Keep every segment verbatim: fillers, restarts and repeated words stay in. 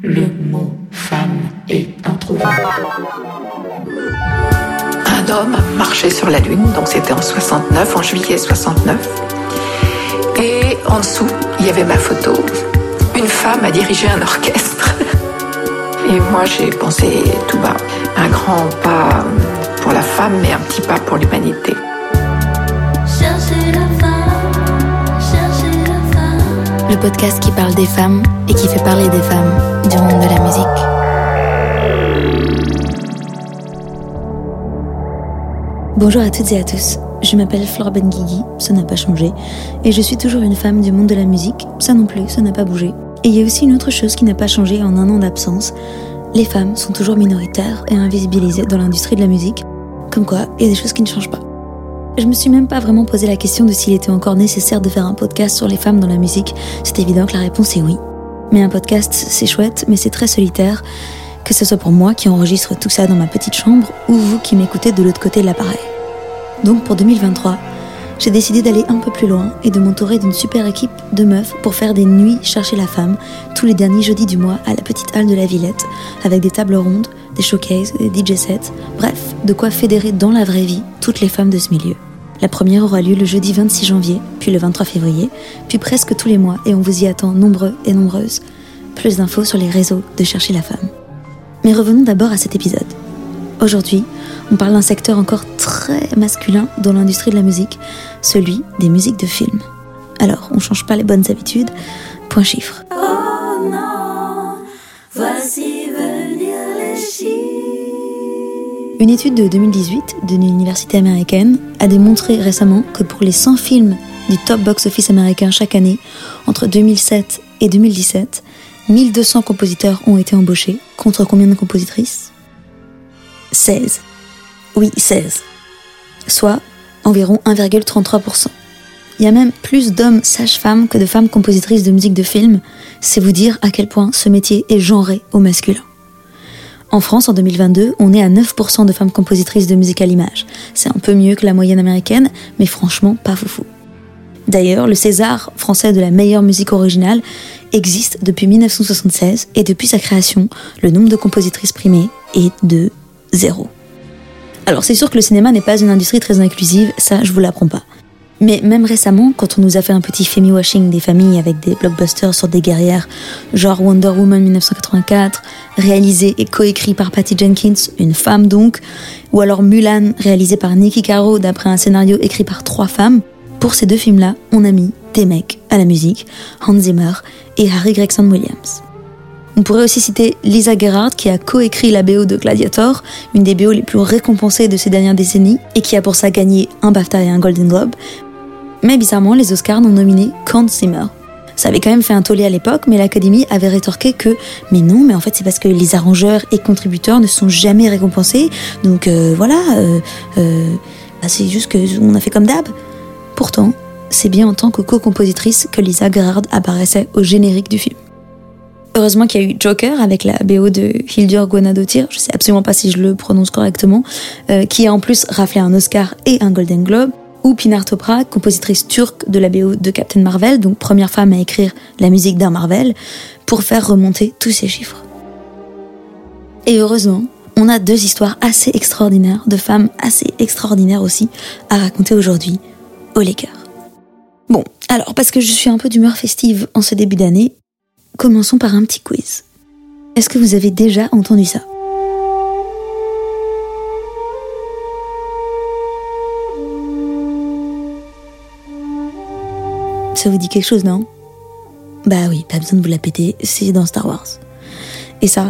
le mot femme est introuvable. Un homme marchait sur la Lune, donc c'était en soixante-neuf, en juillet soixante-neuf. Et en dessous, il y avait ma photo. Une femme a dirigé un orchestre. Et moi, j'ai pensé tout bas, un grand pas pour la femme, mais un petit pas pour l'humanité. Cherchez la femme, cherchez la femme. Le podcast qui parle des femmes et qui fait parler des femmes du monde de la musique. Bonjour à toutes et à tous, je m'appelle Flore Benguigui, ça n'a pas changé, et je suis toujours une femme du monde de la musique, ça non plus, ça n'a pas bougé. Et il y a aussi une autre chose qui n'a pas changé en un an d'absence, les femmes sont toujours minoritaires et invisibilisées dans l'industrie de la musique, comme quoi il y a des choses qui ne changent pas. Je me suis même pas vraiment posé la question de s'il était encore nécessaire de faire un podcast sur les femmes dans la musique, c'est évident que la réponse est oui. Mais un podcast, c'est chouette, mais c'est très solitaire, que ce soit pour moi qui enregistre tout ça dans ma petite chambre, ou vous qui m'écoutez de l'autre côté de l'appareil. Donc pour deux mille vingt-trois, j'ai décidé d'aller un peu plus loin et de m'entourer d'une super équipe de meufs pour faire des nuits chercher la femme tous les derniers jeudis du mois à la petite halle de la Villette, avec des tables rondes, des showcases, des D J sets, bref, de quoi fédérer dans la vraie vie toutes les femmes de ce milieu. La première aura lieu le jeudi vingt-six janvier, puis le vingt-trois février, puis presque tous les mois et on vous y attend nombreux et nombreuses. Plus d'infos sur les réseaux de Chercher la femme. Mais revenons d'abord à cet épisode. Aujourd'hui, on parle d'un secteur encore très masculin dans l'industrie de la musique, celui des musiques de film. Alors, on change pas les bonnes habitudes, point chiffre. Oh non, voici venir les chiffres. Une étude de deux mille dix-huit d'une université américaine a démontré récemment que pour les cent films du top box-office américain chaque année, entre deux mille sept et deux mille dix-sept, mille deux cents compositeurs ont été embauchés, contre combien de compositrices ? seize. Oui, seize. Soit environ un virgule trente-trois pour cent. Il y a même plus d'hommes sages-femmes que de femmes compositrices de musique de film, c'est vous dire à quel point ce métier est genré au masculin. En France, en deux mille vingt-deux, on est à neuf pour cent de femmes compositrices de musique à l'image. C'est un peu mieux que la moyenne américaine, mais franchement pas foufou. D'ailleurs, le César français de la meilleure musique originale existe depuis dix-neuf cent soixante-seize et depuis sa création, le nombre de compositrices primées est de zéro. Alors c'est sûr que le cinéma n'est pas une industrie très inclusive, ça je vous l'apprends pas. Mais même récemment, quand on nous a fait un petit femi-washing des familles avec des blockbusters sur des guerrières, genre Wonder Woman dix-neuf cent quatre-vingt-quatre, réalisé et coécrit par Patty Jenkins, une femme donc, ou alors Mulan, réalisé par Niki Caro d'après un scénario écrit par trois femmes, pour ces deux films-là, on a mis des mecs à la musique, Hans Zimmer et Harry Gregson Williams. On pourrait aussi citer Lisa Gerrard qui a coécrit la B O de Gladiator, une des B O les plus récompensées de ces dernières décennies, et qui a pour ça gagné un BAFTA et un Golden Globe. Mais bizarrement, les Oscars n'ont nominé qu'Hans Zimmer. Ça avait quand même fait un tollé à l'époque, mais l'Académie avait rétorqué que « Mais non, mais en fait c'est parce que les arrangeurs et contributeurs ne sont jamais récompensés, donc euh, voilà, euh, euh, bah c'est juste qu'on a fait comme d'hab ». Pourtant, c'est bien en tant que co-compositrice que Lisa Gerrard apparaissait au générique du film. Heureusement qu'il y a eu Joker avec la B O de Hildur Guðnadóttir, je sais absolument pas si je le prononce correctement, euh, qui a en plus raflé un Oscar et un Golden Globe, ou Pinar Toprak, compositrice turque de la B O de Captain Marvel, donc première femme à écrire la musique d'un Marvel, pour faire remonter tous ces chiffres. Et heureusement, on a deux histoires assez extraordinaires, de femmes assez extraordinaires aussi, à raconter aujourd'hui, au Laker. Bon, alors parce que je suis un peu d'humeur festive en ce début d'année, commençons par un petit quiz. Est-ce que vous avez déjà entendu ça ? Ça vous dit quelque chose, non ? Bah oui, pas besoin de vous la péter, c'est dans Star Wars. Et ça...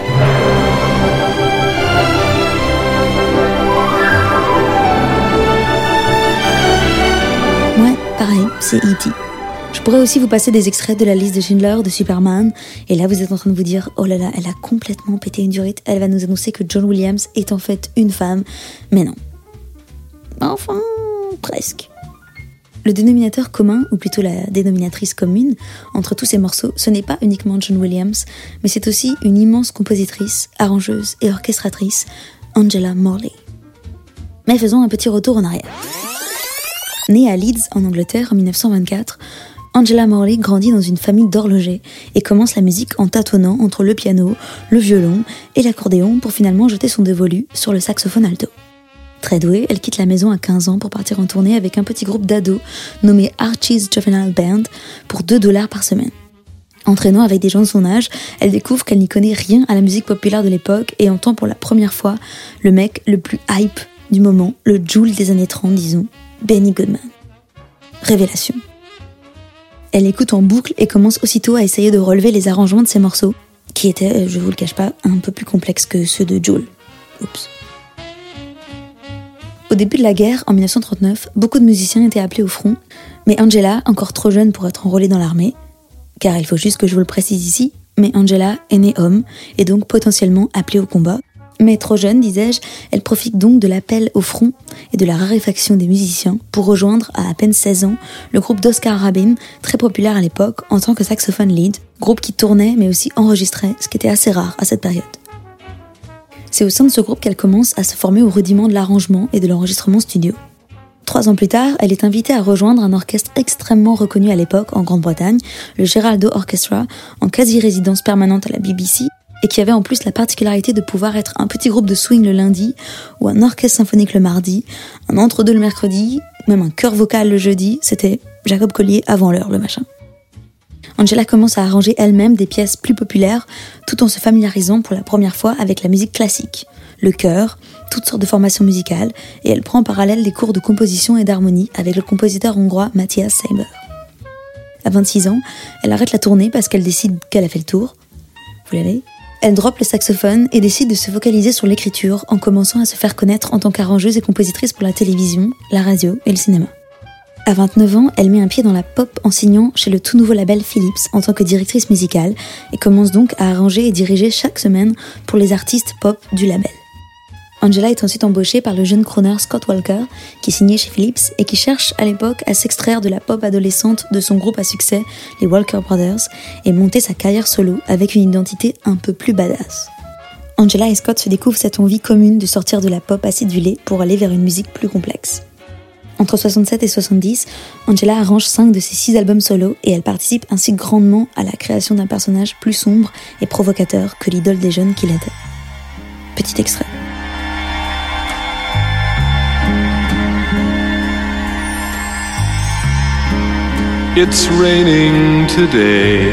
Ouais, pareil, c'est E T Je pourrais aussi vous passer des extraits de la liste de Schindler, de Superman, et là vous êtes en train de vous dire « Oh là là, elle a complètement pété une durite, elle va nous annoncer que John Williams est en fait une femme. » Mais non. Enfin, presque. Le dénominateur commun, ou plutôt la dénominatrice commune, entre tous ces morceaux, ce n'est pas uniquement John Williams, mais c'est aussi une immense compositrice, arrangeuse et orchestratrice, Angela Morley. Mais faisons un petit retour en arrière. Née à Leeds, en Angleterre, en dix-neuf cent vingt-quatre, Angela Morley grandit dans une famille d'horlogers et commence la musique en tâtonnant entre le piano, le violon et l'accordéon pour finalement jeter son dévolu sur le saxophone alto. Très douée, elle quitte la maison à quinze ans pour partir en tournée avec un petit groupe d'ados nommé Archie's Juvenile Band pour deux dollars par semaine. Entraînant avec des gens de son âge, elle découvre qu'elle n'y connaît rien à la musique populaire de l'époque et entend pour la première fois le mec le plus hype du moment, le Jul des années trente, disons, Benny Goodman. Révélation. Elle écoute en boucle et commence aussitôt à essayer de relever les arrangements de ses morceaux, qui étaient, je vous le cache pas, un peu plus complexes que ceux de Jul. Oups. Au début de la guerre, en dix-neuf cent trente-neuf, beaucoup de musiciens étaient appelés au front, mais Angela, encore trop jeune pour être enrôlée dans l'armée, car il faut juste que je vous le précise ici, mais Angela est née homme, et donc potentiellement appelée au combat. Mais trop jeune, disais-je, elle profite donc de l'appel au front et de la raréfaction des musiciens pour rejoindre, à à peine seize ans, le groupe d'Oscar Rabin, très populaire à l'époque en tant que saxophone lead, groupe qui tournait mais aussi enregistrait, ce qui était assez rare à cette période. C'est au sein de ce groupe qu'elle commence à se former au rudiment de l'arrangement et de l'enregistrement studio. Trois ans plus tard, elle est invitée à rejoindre un orchestre extrêmement reconnu à l'époque en Grande-Bretagne, le Geraldo Orchestra, en quasi-résidence permanente à la B B C, et qui avait en plus la particularité de pouvoir être un petit groupe de swing le lundi, ou un orchestre symphonique le mardi, un entre-deux le mercredi, même un chœur vocal le jeudi. C'était Jacob Collier avant l'heure, le machin. Angela commence à arranger elle-même des pièces plus populaires, tout en se familiarisant pour la première fois avec la musique classique, le chœur, toutes sortes de formations musicales, et elle prend en parallèle des cours de composition et d'harmonie avec le compositeur hongrois Matthias Seiber. À vingt-six ans, elle arrête la tournée parce qu'elle décide qu'elle a fait le tour. Vous l'avez ? Elle droppe le saxophone et décide de se focaliser sur l'écriture en commençant à se faire connaître en tant qu'arrangeuse et compositrice pour la télévision, la radio et le cinéma. À vingt-neuf ans, elle met un pied dans la pop en signant chez le tout nouveau label Philips en tant que directrice musicale et commence donc à arranger et diriger chaque semaine pour les artistes pop du label. Angela est ensuite embauchée par le jeune crooner Scott Walker, qui signait chez Philips et qui cherche à l'époque à s'extraire de la pop adolescente de son groupe à succès, les Walker Brothers, et monter sa carrière solo avec une identité un peu plus badass. Angela et Scott se découvrent cette envie commune de sortir de la pop acidulée pour aller vers une musique plus complexe. Entre soixante-sept et soixante-dix, Angela arrange cinq de ses six albums solo et elle participe ainsi grandement à la création d'un personnage plus sombre et provocateur que l'idole des jeunes qu'il était. Petit extrait. It's raining today,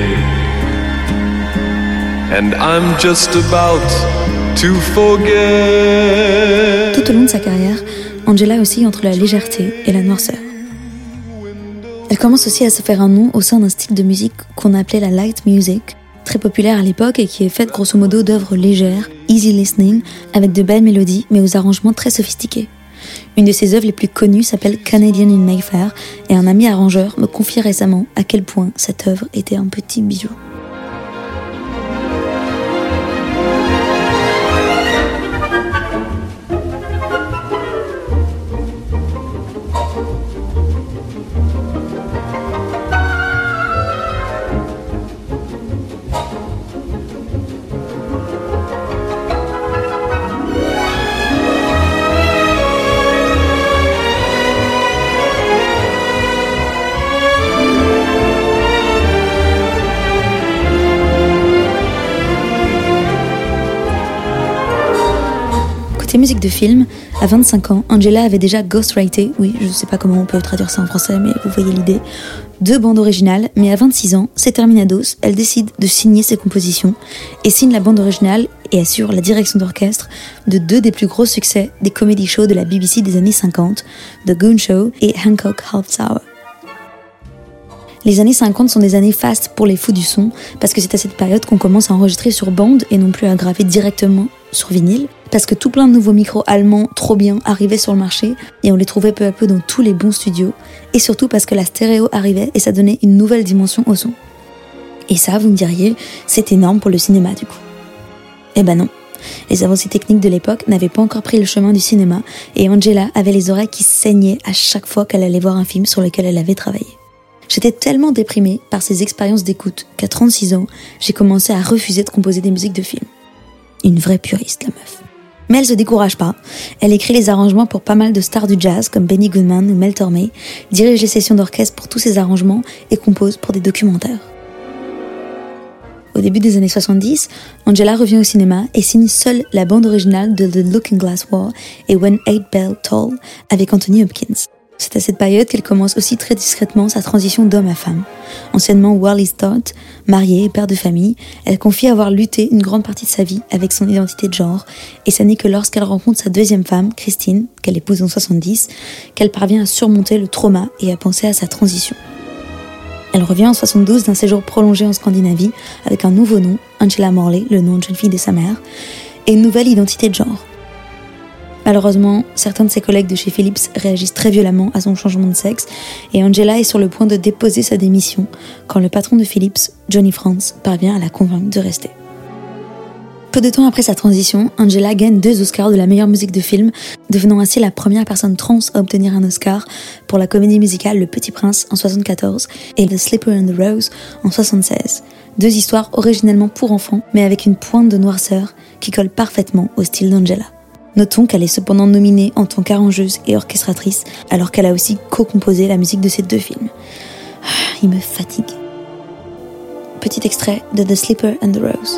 and I'm just about to forget. Tout au long de sa carrière, Angela oscille entre la légèreté et la noirceur. Elle commence aussi à se faire un nom au sein d'un style de musique qu'on appelait la light music, très populaire à l'époque et qui est faite grosso modo d'œuvres légères, easy listening, avec de belles mélodies mais aux arrangements très sophistiqués. Une de ses œuvres les plus connues s'appelle Canadian in Mayfair et un ami arrangeur me confie récemment à quel point cette œuvre était un petit bijou. Côté musique de film, à vingt-cinq ans, Angela avait déjà ghostwrité, oui, je sais pas comment on peut traduire ça en français, mais vous voyez l'idée, deux bandes originales, mais à vingt-six ans, c'est terminados, elle décide de signer ses compositions et signe la bande originale et assure la direction d'orchestre de deux des plus gros succès des comedy shows de la B B C des années cinquante, The Goon Show et Hancock Half Hour. Les années cinquante sont des années fastes pour les fous du son, parce que c'est à cette période qu'on commence à enregistrer sur bande et non plus à graver directement sur vinyle, parce que tout plein de nouveaux micros allemands trop bien arrivaient sur le marché et on les trouvait peu à peu dans tous les bons studios, et surtout parce que la stéréo arrivait et ça donnait une nouvelle dimension au son. Et ça, vous me diriez, c'est énorme pour le cinéma du coup. Eh ben non. Les avancées techniques de l'époque n'avaient pas encore pris le chemin du cinéma et Angela avait les oreilles qui saignaient à chaque fois qu'elle allait voir un film sur lequel elle avait travaillé. J'étais tellement déprimée par ces expériences d'écoute qu'à trente-six ans, j'ai commencé à refuser de composer des musiques de films. Une vraie puriste, la meuf. Mais elle se décourage pas. Elle écrit les arrangements pour pas mal de stars du jazz comme Benny Goodman ou Mel Tormé, dirige les sessions d'orchestre pour tous ses arrangements et compose pour des documentaires. Au début des années soixante-dix, Angela revient au cinéma et signe seule la bande originale de The Looking Glass War et When Eight Bell Toll avec Anthony Hopkins. C'est à cette période qu'elle commence aussi très discrètement sa transition d'homme à femme. Anciennement Wally Stott, mariée et père de famille, elle confie avoir lutté une grande partie de sa vie avec son identité de genre, et ce n'est que lorsqu'elle rencontre sa deuxième femme, Christine, qu'elle épouse en soixante-dix, qu'elle parvient à surmonter le trauma et à penser à sa transition. Elle revient en soixante-douze d'un séjour prolongé en Scandinavie avec un nouveau nom, Angela Morley, le nom de jeune fille de sa mère, et une nouvelle identité de genre. Malheureusement, certains de ses collègues de chez Philips réagissent très violemment à son changement de sexe et Angela est sur le point de déposer sa démission quand le patron de Philips, Johnny Franz, parvient à la convaincre de rester. Peu de temps après sa transition, Angela gagne deux Oscars de la meilleure musique de film, devenant ainsi la première personne trans à obtenir un Oscar pour la comédie musicale Le Petit Prince en soixante-quatorze et The Slipper and the Rose en soixante-seize. Deux histoires originellement pour enfants, mais avec une pointe de noirceur qui colle parfaitement au style d'Angela. Notons qu'elle est cependant nominée en tant qu'arrangeuse et orchestratrice, alors qu'elle a aussi co-composé la musique de ces deux films. Ah, il me fatigue. Petit extrait de The Slipper and the Rose.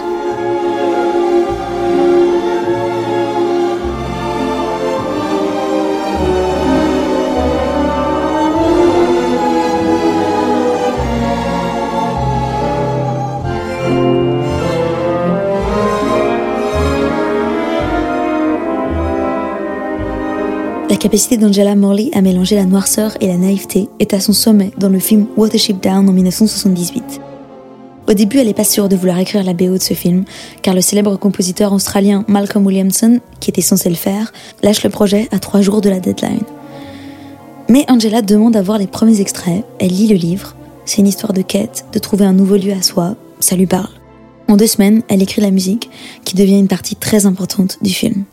La capacité d'Angela Morley à mélanger la noirceur et la naïveté est à son sommet dans le film Watership Down en dix-neuf cent soixante-dix-huit. Au début, elle n'est pas sûre de vouloir écrire la B O de ce film, car le célèbre compositeur australien Malcolm Williamson, qui était censé le faire, lâche le projet à trois jours de la deadline. Mais Angela demande à voir les premiers extraits, elle lit le livre, c'est une histoire de quête, de trouver un nouveau lieu à soi, ça lui parle. En deux semaines, elle écrit la musique, qui devient une partie très importante du film.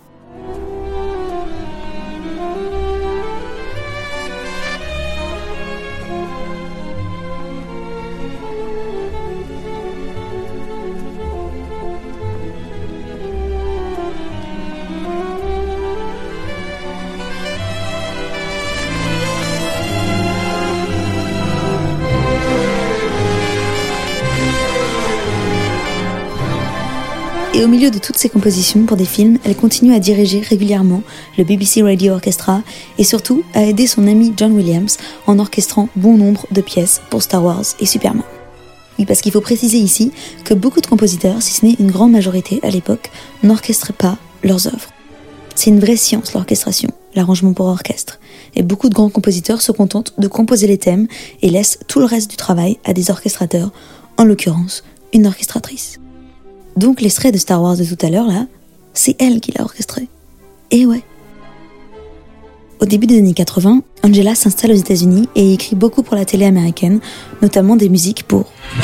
Et au milieu de toutes ces compositions pour des films, elle continue à diriger régulièrement le B B C Radio Orchestra et surtout à aider son ami John Williams en orchestrant bon nombre de pièces pour Star Wars et Superman. Oui, parce qu'il faut préciser ici que beaucoup de compositeurs, si ce n'est une grande majorité à l'époque, n'orchestraient pas leurs œuvres. C'est une vraie science l'orchestration, l'arrangement pour orchestre. Et beaucoup de grands compositeurs se contentent de composer les thèmes et laissent tout le reste du travail à des orchestrateurs, en l'occurrence une orchestratrice. Donc l'extrait de Star Wars de tout à l'heure, là, c'est elle qui l'a orchestré. Et ouais. Au début des années quatre-vingts, Angela s'installe aux États-Unis et écrit beaucoup pour la télé américaine, notamment des musiques pour...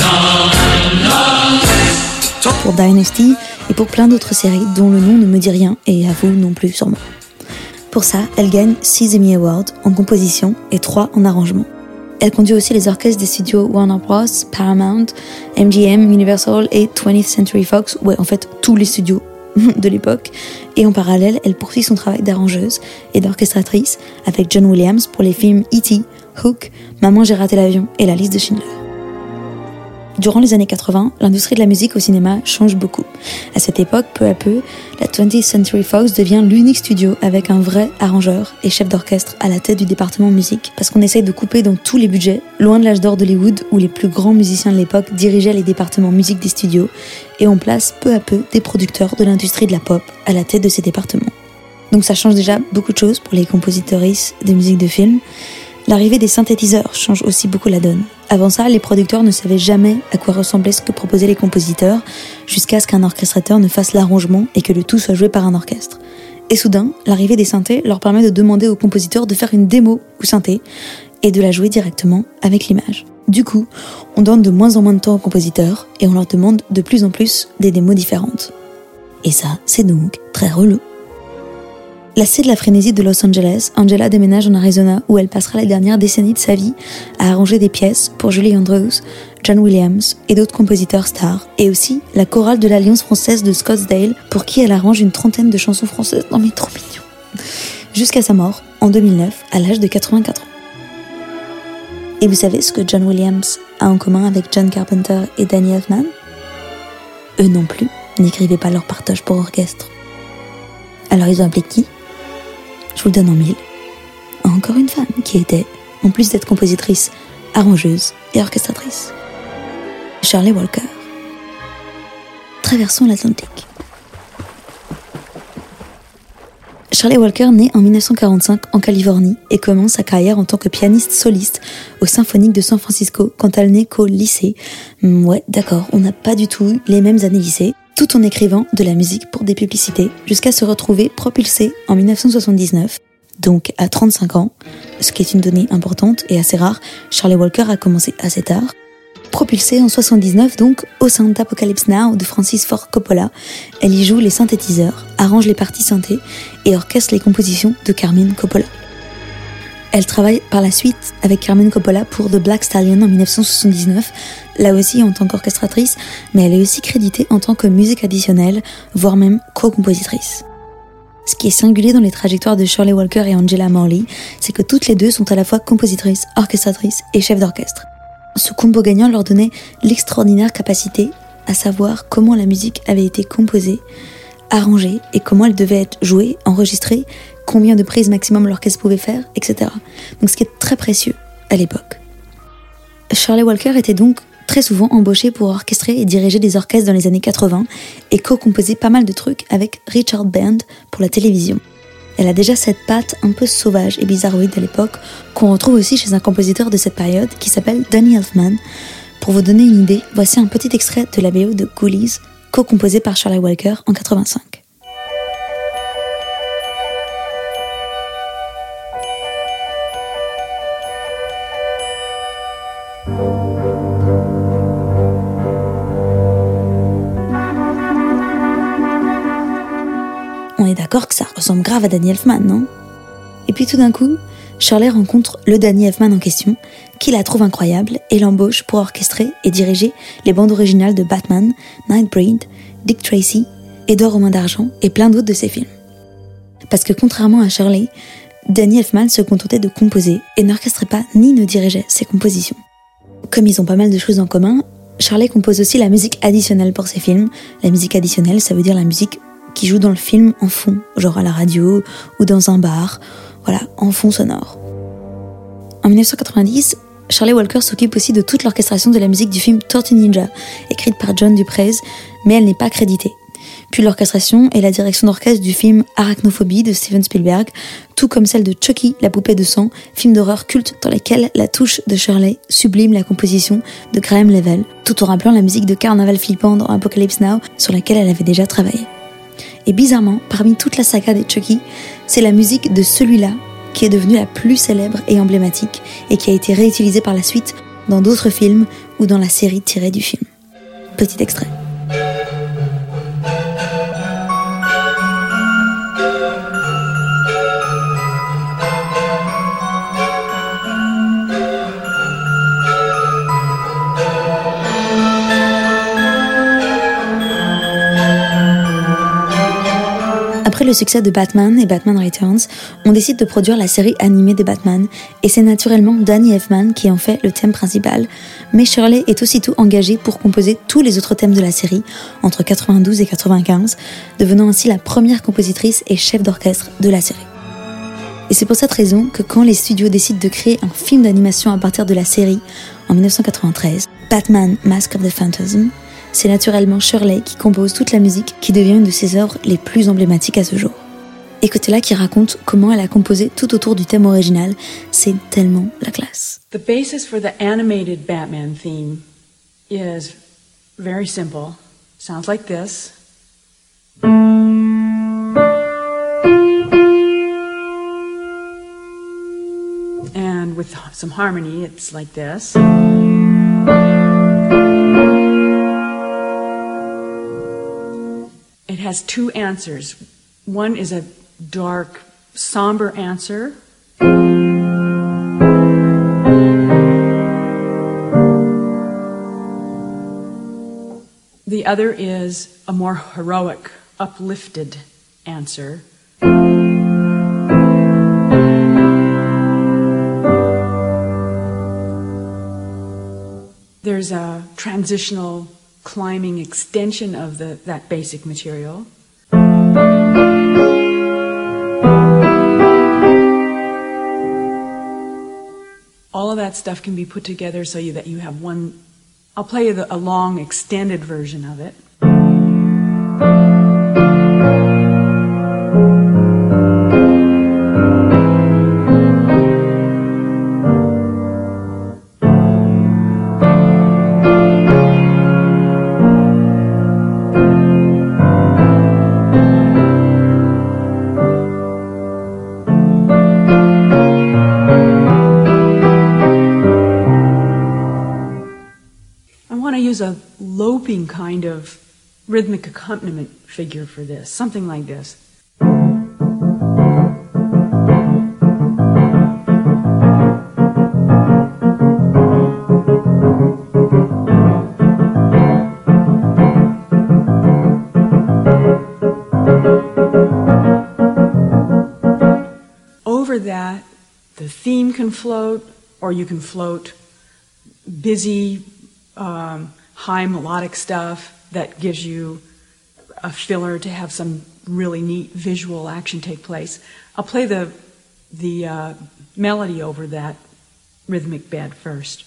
pour Dynasty et pour plein d'autres séries dont le nom ne me dit rien et à vous non plus sûrement. Pour ça, elle gagne six Emmy Awards en composition et trois en arrangement. Elle conduit aussi les orchestres des studios Warner Bros, Paramount, M G M, Universal et twentieth Century Fox, ouais en fait tous les studios de l'époque, et en parallèle elle poursuit son travail d'arrangeuse et d'orchestratrice avec John Williams pour les films E T, Hook, Maman j'ai raté l'avion et La liste de Schindler. Durant les années quatre-vingts, l'industrie de la musique au cinéma change beaucoup. À cette époque, peu à peu, la twentieth Century Fox devient l'unique studio avec un vrai arrangeur et chef d'orchestre à la tête du département musique, parce qu'on essaye de couper dans tous les budgets, loin de l'âge d'or d'Hollywood où les plus grands musiciens de l'époque dirigeaient les départements musique des studios, et on place peu à peu des producteurs de l'industrie de la pop à la tête de ces départements. Donc ça change déjà beaucoup de choses pour les compositrices de musique de film. L'arrivée des synthétiseurs change aussi beaucoup la donne. Avant ça, les producteurs ne savaient jamais à quoi ressemblait ce que proposaient les compositeurs, jusqu'à ce qu'un orchestrateur ne fasse l'arrangement et que le tout soit joué par un orchestre. Et soudain, l'arrivée des synthés leur permet de demander aux compositeurs de faire une démo ou synthé et de la jouer directement avec l'image. Du coup, on donne de moins en moins de temps aux compositeurs et on leur demande de plus en plus des démos différentes. Et ça, c'est donc très relou. Lassée de la frénésie de Los Angeles, Angela déménage en Arizona où elle passera les dernières décennies de sa vie à arranger des pièces pour Julie Andrews, John Williams et d'autres compositeurs stars, et aussi la chorale de l'Alliance française de Scottsdale pour qui elle arrange une trentaine de chansons françaises. Non mais trop mignon. Jusqu'à sa mort, en deux mille neuf, à l'âge de quatre-vingt-quatre ans. Et vous savez ce que John Williams a en commun avec John Carpenter et Danny Elfman ? Eux non plus n'écrivaient pas leur partage pour orchestre. Alors ils ont appelé qui ? Je vous le donne en mille. Encore une femme qui était, en plus d'être compositrice, arrangeuse et orchestratrice. Shirley Walker. Traversons l'Atlantique. Shirley Walker naît en dix-neuf cent quarante-cinq en Californie et commence sa carrière en tant que pianiste soliste au Symphonique de San Francisco quand elle n'est qu'au lycée. Ouais, d'accord, on n'a pas du tout eu les mêmes années lycée, tout en écrivant de la musique pour des publicités, jusqu'à se retrouver propulsée en dix-neuf cent soixante-dix-neuf. Donc à trente-cinq ans, ce qui est une donnée importante et assez rare, Shirley Walker a commencé assez tard. Propulsée en soixante-dix-neuf donc au sein d'Apocalypse Now de Francis Ford Coppola, elle y joue les synthétiseurs, arrange les parties synthé et orchestre les compositions de Carmine Coppola. Elle travaille par la suite avec Carmine Coppola pour The Black Stallion en dix-neuf cent soixante-dix-neuf, là aussi en tant qu'orchestratrice, mais elle est aussi créditée en tant que musique additionnelle, voire même co-compositrice. Ce qui est singulier dans les trajectoires de Shirley Walker et Angela Morley, c'est que toutes les deux sont à la fois compositrices, orchestratrices et chefs d'orchestre. Ce combo gagnant leur donnait l'extraordinaire capacité à savoir comment la musique avait été composée, arrangée et comment elle devait être jouée, enregistrée, combien de prises maximum l'orchestre pouvait faire, et cetera. Donc ce qui est très précieux à l'époque. Shirley Walker était donc très souvent embauchée pour orchestrer et diriger des orchestres dans les années quatre-vingts et co-composer pas mal de trucs avec Richard Band pour la télévision. Elle a déjà cette patte un peu sauvage et bizarroïde à l'époque qu'on retrouve aussi chez un compositeur de cette période qui s'appelle Danny Elfman. Pour vous donner une idée, voici un petit extrait de la B O de Ghoulies, co-composé par Shirley Walker en quatre-vingt-cinq. On est d'accord que ça ressemble grave à Danny Elfman, non ? Et puis tout d'un coup, Shirley rencontre le Danny Elfman en question, qui la trouve incroyable et l'embauche pour orchestrer et diriger les bandes originales de Batman, Nightbreed, Dick Tracy, et d'Or aux mains d'argent et plein d'autres de ses films. Parce que contrairement à Shirley, Danny Elfman se contentait de composer et n'orchestrait pas ni ne dirigeait ses compositions. Comme ils ont pas mal de choses en commun, Shirley compose aussi la musique additionnelle pour ses films. La musique additionnelle, ça veut dire la musique qui joue dans le film en fond, genre à la radio ou dans un bar, voilà, en fond sonore. En dix-neuf cent quatre-vingt-dix, Shirley Walker s'occupe aussi de toute l'orchestration de la musique du film Tortue Ninja, écrite par John Duprez, mais elle n'est pas créditée. Puis l'orchestration et la direction d'orchestre du film Arachnophobie de Steven Spielberg, tout comme celle de Chucky, la poupée de sang, film d'horreur culte dans lequel la touche de Shirley sublime la composition de Graham Level, tout en rappelant la musique de Carnaval flippant dans Apocalypse Now, sur laquelle elle avait déjà travaillé. Et bizarrement, parmi toute la saga des Chucky, c'est la musique de celui-là qui est devenue la plus célèbre et emblématique et qui a été réutilisée par la suite dans d'autres films ou dans la série tirée du film. Petit extrait. Après le succès de Batman et Batman Returns, on décide de produire la série animée des Batman, et c'est naturellement Danny Elfman qui en fait le thème principal, mais Shirley est aussitôt engagée pour composer tous les autres thèmes de la série, entre quatre-vingt-douze et quatre-vingt-quinze, devenant ainsi la première compositrice et chef d'orchestre de la série. Et c'est pour cette raison que quand les studios décident de créer un film d'animation à partir de la série, en dix-neuf cent quatre-vingt-treize, Batman Mask of the Phantasm, c'est naturellement Shirley qui compose toute la musique qui devient une de ses œuvres les plus emblématiques à ce jour. Écoutez-la qui raconte comment elle a composé tout autour du thème original, c'est tellement la classe. The basis for the animated Batman theme is very simple. Sounds like this. And with some harmony, it's like this. It has two answers. One is a dark somber answer. The other is a more heroic, uplifted answer. There's a transitional climbing extension of the, that basic material. All of that stuff can be put together so you, that you have one. I'll play you the, a long, extended version of it. A loping kind of rhythmic accompaniment figure for this, something like this. Over that, the theme can float, or you can float busy um, high melodic stuff that gives you a filler to have some really neat visual action take place. I'll play the the uh, melody over that rhythmic bed first.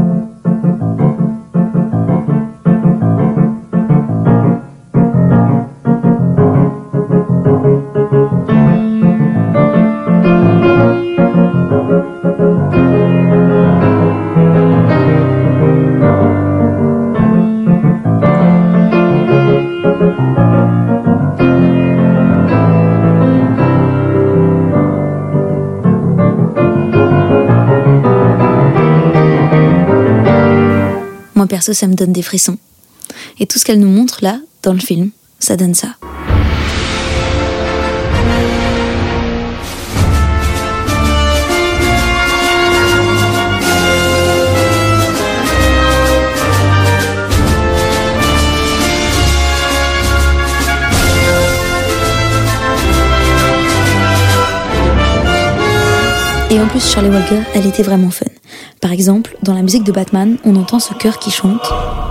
Moi perso, ça me donne des frissons. Et tout ce qu'elle nous montre là, dans le film, ça donne ça. Et en plus, Shirley Walker, elle était vraiment fun. Par exemple, dans la musique de Batman, on entend ce chœur qui chante.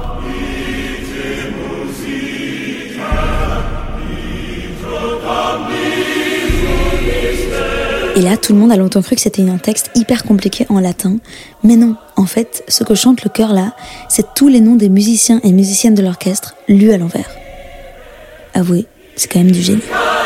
Et là, tout le monde a longtemps cru que c'était un texte hyper compliqué en latin. Mais non, en fait, ce que chante le chœur là, c'est tous les noms des musiciens et musiciennes de l'orchestre lus à l'envers. Avouez, c'est quand même du génie.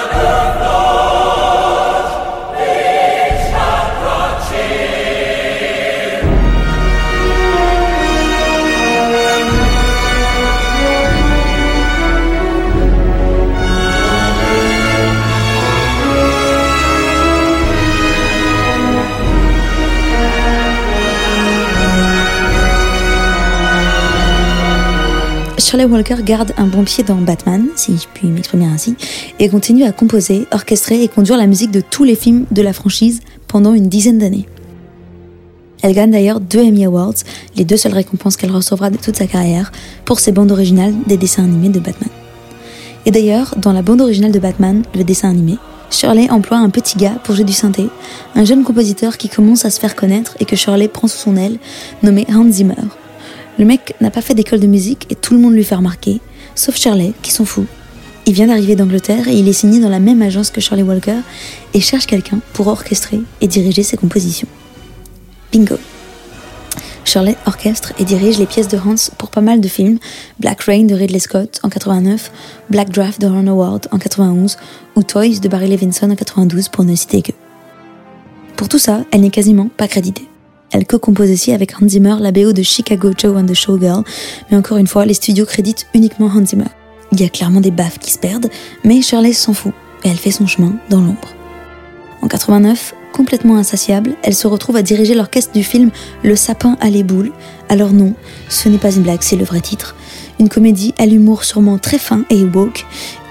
Shirley Walker garde un bon pied dans Batman, si je puis m'exprimer ainsi, et continue à composer, orchestrer et conduire la musique de tous les films de la franchise pendant une dizaine d'années. Elle gagne d'ailleurs deux Emmy Awards, les deux seules récompenses qu'elle recevra de toute sa carrière, pour ses bandes originales des dessins animés de Batman. Et d'ailleurs, dans la bande originale de Batman, le dessin animé, Shirley emploie un petit gars pour jouer du synthé, un jeune compositeur qui commence à se faire connaître et que Shirley prend sous son aile, nommé Hans Zimmer. Le mec n'a pas fait d'école de musique et tout le monde lui fait remarquer, sauf Shirley, qui s'en fout. Il vient d'arriver d'Angleterre et il est signé dans la même agence que Shirley Walker et cherche quelqu'un pour orchestrer et diriger ses compositions. Bingo! Shirley orchestre et dirige les pièces de Hans pour pas mal de films, Black Rain de Ridley Scott en quatre-vingt-neuf, Black Draft de Ron Howard en quatre-vingt-onze ou Toys de Barry Levinson en quatre-vingt-douze pour ne citer que. Pour tout ça, elle n'est quasiment pas créditée. Elle co-compose aussi avec Hans Zimmer la B O de Chicago Joe and the Showgirl, mais encore une fois, les studios créditent uniquement Hans Zimmer. Il y a clairement des baffes qui se perdent, mais Shirley s'en fout, et elle fait son chemin dans l'ombre. En quatre-vingt-neuf, complètement insatiable, elle se retrouve à diriger l'orchestre du film Le sapin à les boules. Alors non, ce n'est pas une blague, c'est le vrai titre. Une comédie à l'humour sûrement très fin et woke,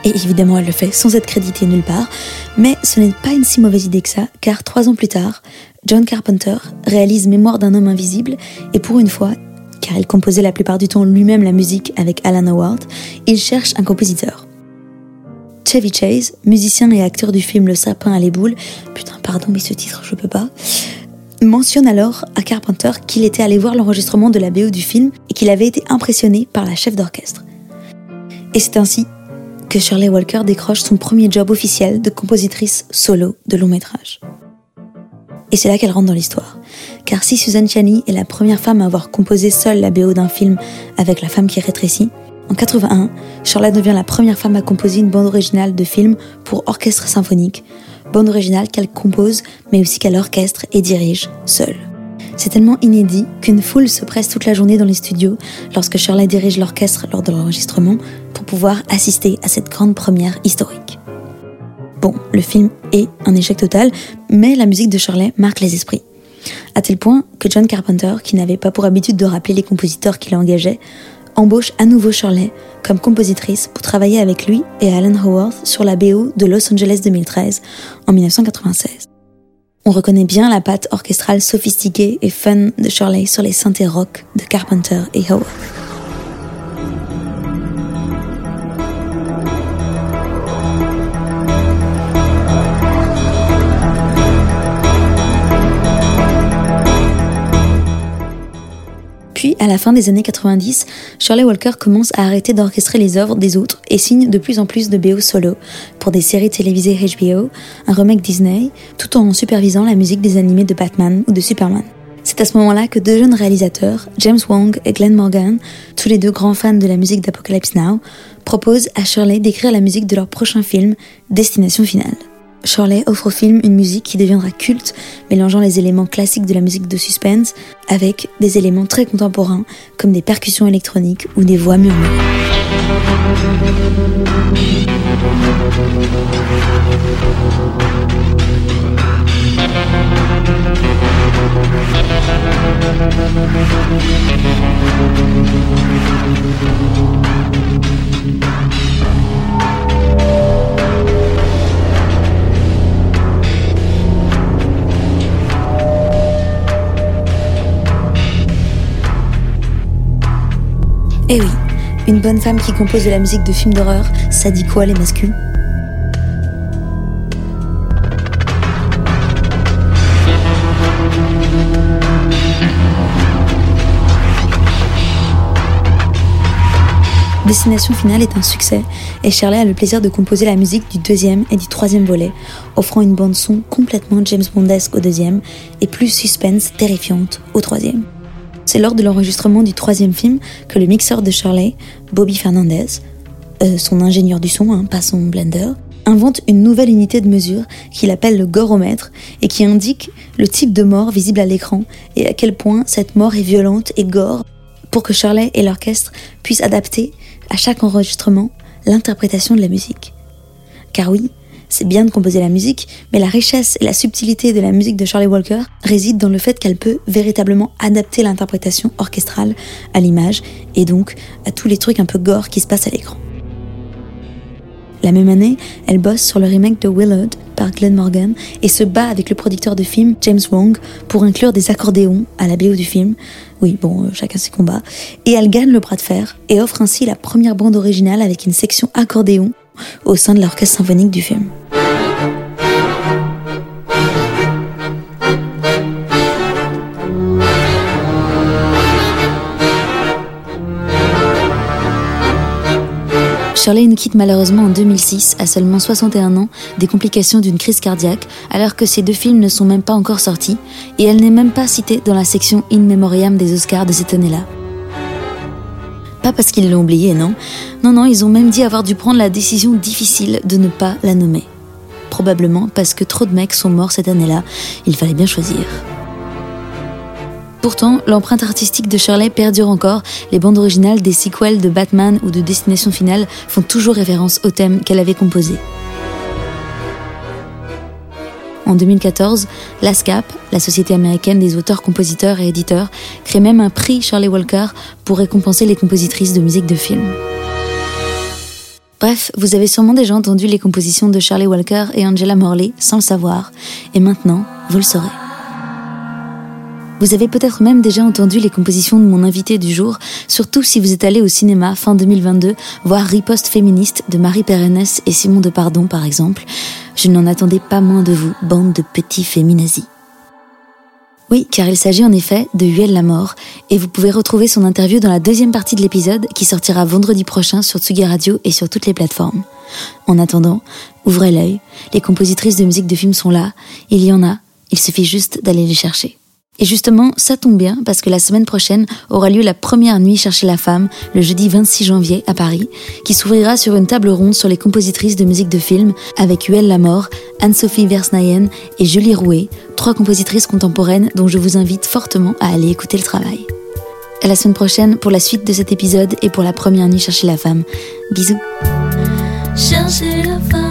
Et évidemment, elle le fait sans être créditée nulle part. Mais ce n'est pas une si mauvaise idée que ça, car trois ans plus tard, John Carpenter réalise Mémoire d'un homme invisible, et pour une fois, car il composait la plupart du temps lui-même la musique avec Alan Howard, il cherche un compositeur. Chevy Chase, musicien et acteur du film Le Sapin à l'Éboule, putain pardon mais ce titre je peux pas, mentionne alors à Carpenter qu'il était allé voir l'enregistrement de la B O du film et qu'il avait été impressionné par la chef d'orchestre. Et c'est ainsi que Shirley Walker décroche son premier job officiel de compositrice solo de long métrage. Et c'est là qu'elle rentre dans l'histoire. Car si Susan Ciani est la première femme à avoir composé seule la B O d'un film avec La femme qui rétrécit, en quatre-vingt-un, Shirley devient la première femme à composer une bande originale de film pour orchestre symphonique, bande originale qu'elle compose mais aussi qu'elle orchestre et dirige seule. C'est tellement inédit qu'une foule se presse toute la journée dans les studios lorsque Shirley dirige l'orchestre lors de l'enregistrement pour pouvoir assister à cette grande première historique. Bon, le film est un échec total, mais la musique de Shirley marque les esprits. À tel point que John Carpenter, qui n'avait pas pour habitude de rappeler les compositeurs qu'il engageait, embauche à nouveau Shirley comme compositrice pour travailler avec lui et Alan Howard sur la B O de Los Angeles deux mille treize en dix-neuf cent quatre-vingt-seize. On reconnaît bien la patte orchestrale sophistiquée et fun de Shirley sur les synthés rock de Carpenter et Howard. Puis, à la fin des années quatre-vingt-dix, Shirley Walker commence à arrêter d'orchestrer les œuvres des autres et signe de plus en plus de B O solo pour des séries télévisées H B O, un remake Disney, tout en supervisant la musique des animés de Batman ou de Superman. C'est à ce moment-là que deux jeunes réalisateurs, James Wong et Glenn Morgan, tous les deux grands fans de la musique d'Apocalypse Now, proposent à Shirley d'écrire la musique de leur prochain film, Destination Finale. Shirley offre au film une musique qui deviendra culte, mélangeant les éléments classiques de la musique de suspense avec des éléments très contemporains comme des percussions électroniques ou des voix murmurées. Eh oui, une bonne femme qui compose de la musique de films d'horreur, ça dit quoi les masculins ? Destination Finale est un succès et Shirley a le plaisir de composer la musique du deuxième et du troisième volet, offrant une bande-son complètement James Bondesque au deuxième et plus suspense terrifiante au troisième. C'est lors de l'enregistrement du troisième film que le mixeur de Shirley, Bobby Fernandez, euh, son ingénieur du son, hein, pas son blender, invente une nouvelle unité de mesure qu'il appelle le goromètre et qui indique le type de mort visible à l'écran et à quel point cette mort est violente et gore pour que Shirley et l'orchestre puissent adapter à chaque enregistrement l'interprétation de la musique. Car oui, c'est bien de composer la musique, mais la richesse et la subtilité de la musique de Shirley Walker résident dans le fait qu'elle peut véritablement adapter l'interprétation orchestrale à l'image et donc à tous les trucs un peu gore qui se passent à l'écran. La même année, elle bosse sur le remake de Willard par Glenn Morgan et se bat avec le producteur de film James Wong pour inclure des accordéons à la B O du film. Oui, bon, euh, chacun ses combats. Et elle gagne le bras de fer et offre ainsi la première bande originale avec une section accordéon au sein de l'orchestre symphonique du film. Shirley nous quitte malheureusement en deux mille six, à seulement soixante et un ans, des complications d'une crise cardiaque, alors que ces deux films ne sont même pas encore sortis, et elle n'est même pas citée dans la section In Memoriam des Oscars de cette année-là. Pas parce qu'ils l'ont oubliée, non. Non, non, ils ont même dit avoir dû prendre la décision difficile de ne pas la nommer. Probablement parce que trop de mecs sont morts cette année-là, il fallait bien choisir. Pourtant, l'empreinte artistique de Shirley perdure encore. Les bandes originales des sequels de Batman ou de Destination Finale font toujours référence au thème qu'elle avait composé. En deux mille quatorze, l'ASCAP, la Société américaine des auteurs, compositeurs et éditeurs, crée même un prix Shirley Walker pour récompenser les compositrices de musique de film. Bref, vous avez sûrement déjà entendu les compositions de Shirley Walker et Angela Morley sans le savoir, et maintenant, vous le saurez. Vous avez peut-être même déjà entendu les compositions de mon invité du jour, surtout si vous êtes allé au cinéma fin deux mille vingt-deux voir Riposte féministe de Marie Pérennes et Simon Depardon par exemple. Je n'en attendais pas moins de vous, bande de petits féminazis. Oui, car il s'agit en effet de Huel la mort, et vous pouvez retrouver son interview dans la deuxième partie de l'épisode qui sortira vendredi prochain sur Tsugi Radio et sur toutes les plateformes. En attendant, ouvrez l'œil, les compositrices de musique de film sont là, il y en a, il suffit juste d'aller les chercher. Et justement, ça tombe bien parce que la semaine prochaine aura lieu la première nuit Chercher la femme, le jeudi vingt-six janvier à Paris, qui s'ouvrira sur une table ronde sur les compositrices de musique de film avec Huel la mort, Anne-Sophie Versnayen et Julie Rouet, trois compositrices contemporaines dont je vous invite fortement à aller écouter le travail. À la semaine prochaine pour la suite de cet épisode et pour la première nuit Chercher la femme. Bisous. Chercher la femme.